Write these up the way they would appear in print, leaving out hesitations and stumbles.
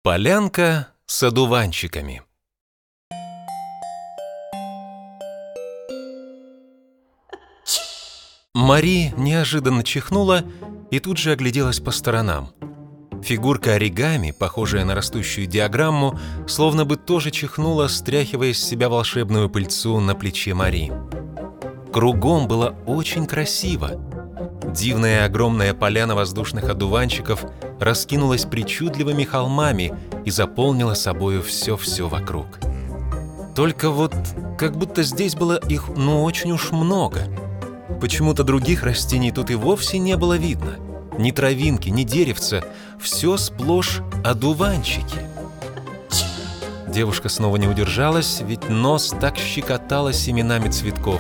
Полянка с одуванчиками. Мари неожиданно чихнула и тут же огляделась по сторонам. Фигурка оригами, похожая на растущую диаграмму, словно бы тоже чихнула, стряхивая с себя волшебную пыльцу на плече Мари. Кругом было очень красиво. Дивная огромная поляна воздушных одуванчиков раскинулась причудливыми холмами и заполнила собою все-все вокруг. Только вот как будто здесь было их очень уж много. Почему-то других растений тут и вовсе не было видно. Ни травинки, ни деревца, все сплошь одуванчики. Девушка снова не удержалась, ведь нос так щекотало семенами цветков.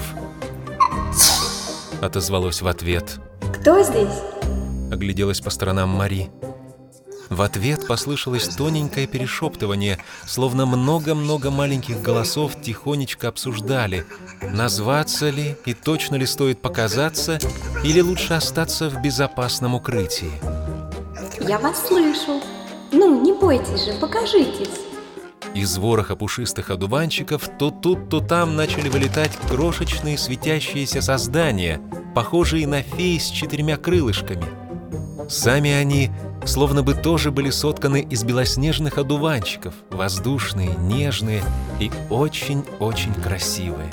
Отозвалось в ответ. «Кто здесь?» Огляделась по сторонам Мари. В ответ послышалось тоненькое перешептывание, словно много-много маленьких голосов тихонечко обсуждали, назваться ли и точно ли стоит показаться, или лучше остаться в безопасном укрытии. «Я вас слышу. Ну, не бойтесь же, покажитесь». Из вороха пушистых одуванчиков то тут, то там начали вылетать крошечные светящиеся создания, похожие на феи с 4 крылышками. Сами они словно бы тоже были сотканы из белоснежных одуванчиков, воздушные, нежные и очень-очень красивые.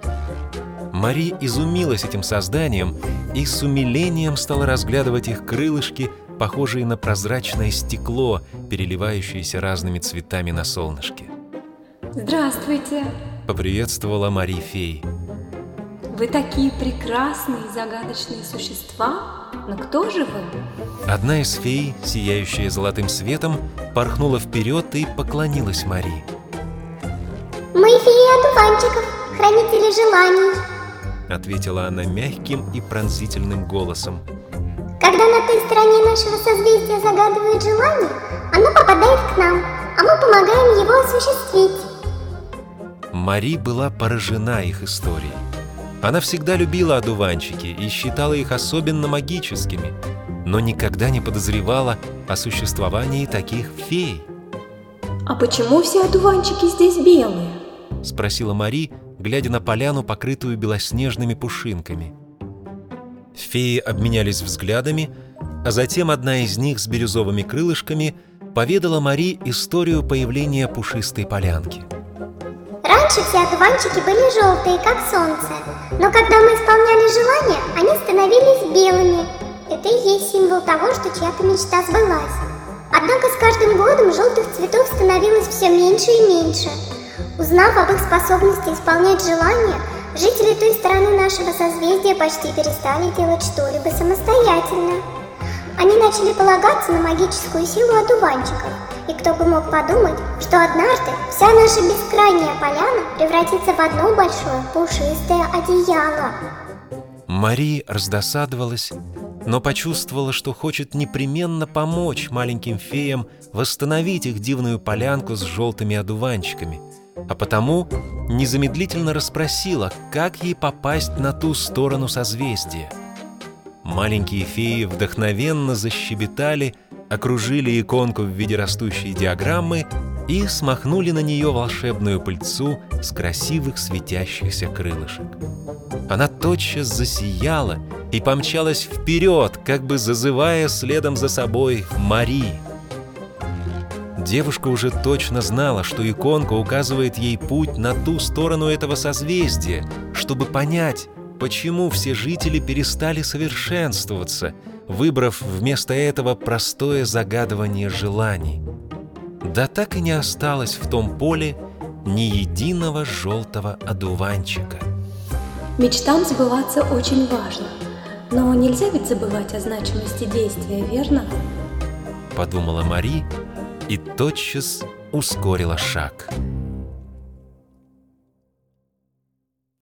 Мари изумилась этим созданием и с умилением стала разглядывать их крылышки, похожие на прозрачное стекло, переливающееся разными цветами на солнышке. «Здравствуйте!» — поприветствовала Мари феи. «Вы такие прекрасные и загадочные существа, но кто же вы?» Одна из фей, сияющая золотым светом, порхнула вперед и поклонилась Мари. «Мы феи одуванчиков, хранители желаний», — ответила она мягким и пронзительным голосом. «Когда на той стороне нашего созвездия загадывают желание, оно попадает к нам, а мы помогаем его осуществить». Мари была поражена их историей. Она всегда любила одуванчики и считала их особенно магическими, но никогда не подозревала о существовании таких фей. «А почему все одуванчики здесь белые?» — спросила Мари, глядя на поляну, покрытую белоснежными пушинками. Феи обменялись взглядами, а затем одна из них с бирюзовыми крылышками поведала Мари историю появления пушистой полянки. Раньше все одуванчики были желтые, как солнце, но когда мы исполняли желания, они становились белыми. Это и есть символ того, что чья-то мечта сбылась. Однако с каждым годом желтых цветов становилось все меньше и меньше. Узнав об их способности исполнять желания, жители той стороны нашего созвездия почти перестали делать что-либо самостоятельно. Они начали полагаться на магическую силу одуванчиков, и кто бы мог подумать, что однажды вся наша бескрайняя поляна превратится в одно большое пушистое одеяло. Мари раздосадовалась, но почувствовала, что хочет непременно помочь маленьким феям восстановить их дивную полянку с желтыми одуванчиками, а потому незамедлительно расспросила, как ей попасть на ту сторону созвездия. Маленькие феи вдохновенно защебетали, окружили иконку в виде растущей диаграммы и смахнули на нее волшебную пыльцу с красивых светящихся крылышек. Она тотчас засияла и помчалась вперед, как бы зазывая следом за собой Мари. Девушка уже точно знала, что иконка указывает ей путь на ту сторону этого созвездия, чтобы понять, почему все жители перестали совершенствоваться, выбрав вместо этого простое загадывание желаний. Да так и не осталось в том поле ни единого желтого одуванчика. Мечтам сбываться очень важно, но нельзя ведь забывать о значимости действия, верно? Подумала Мари и тотчас ускорила шаг.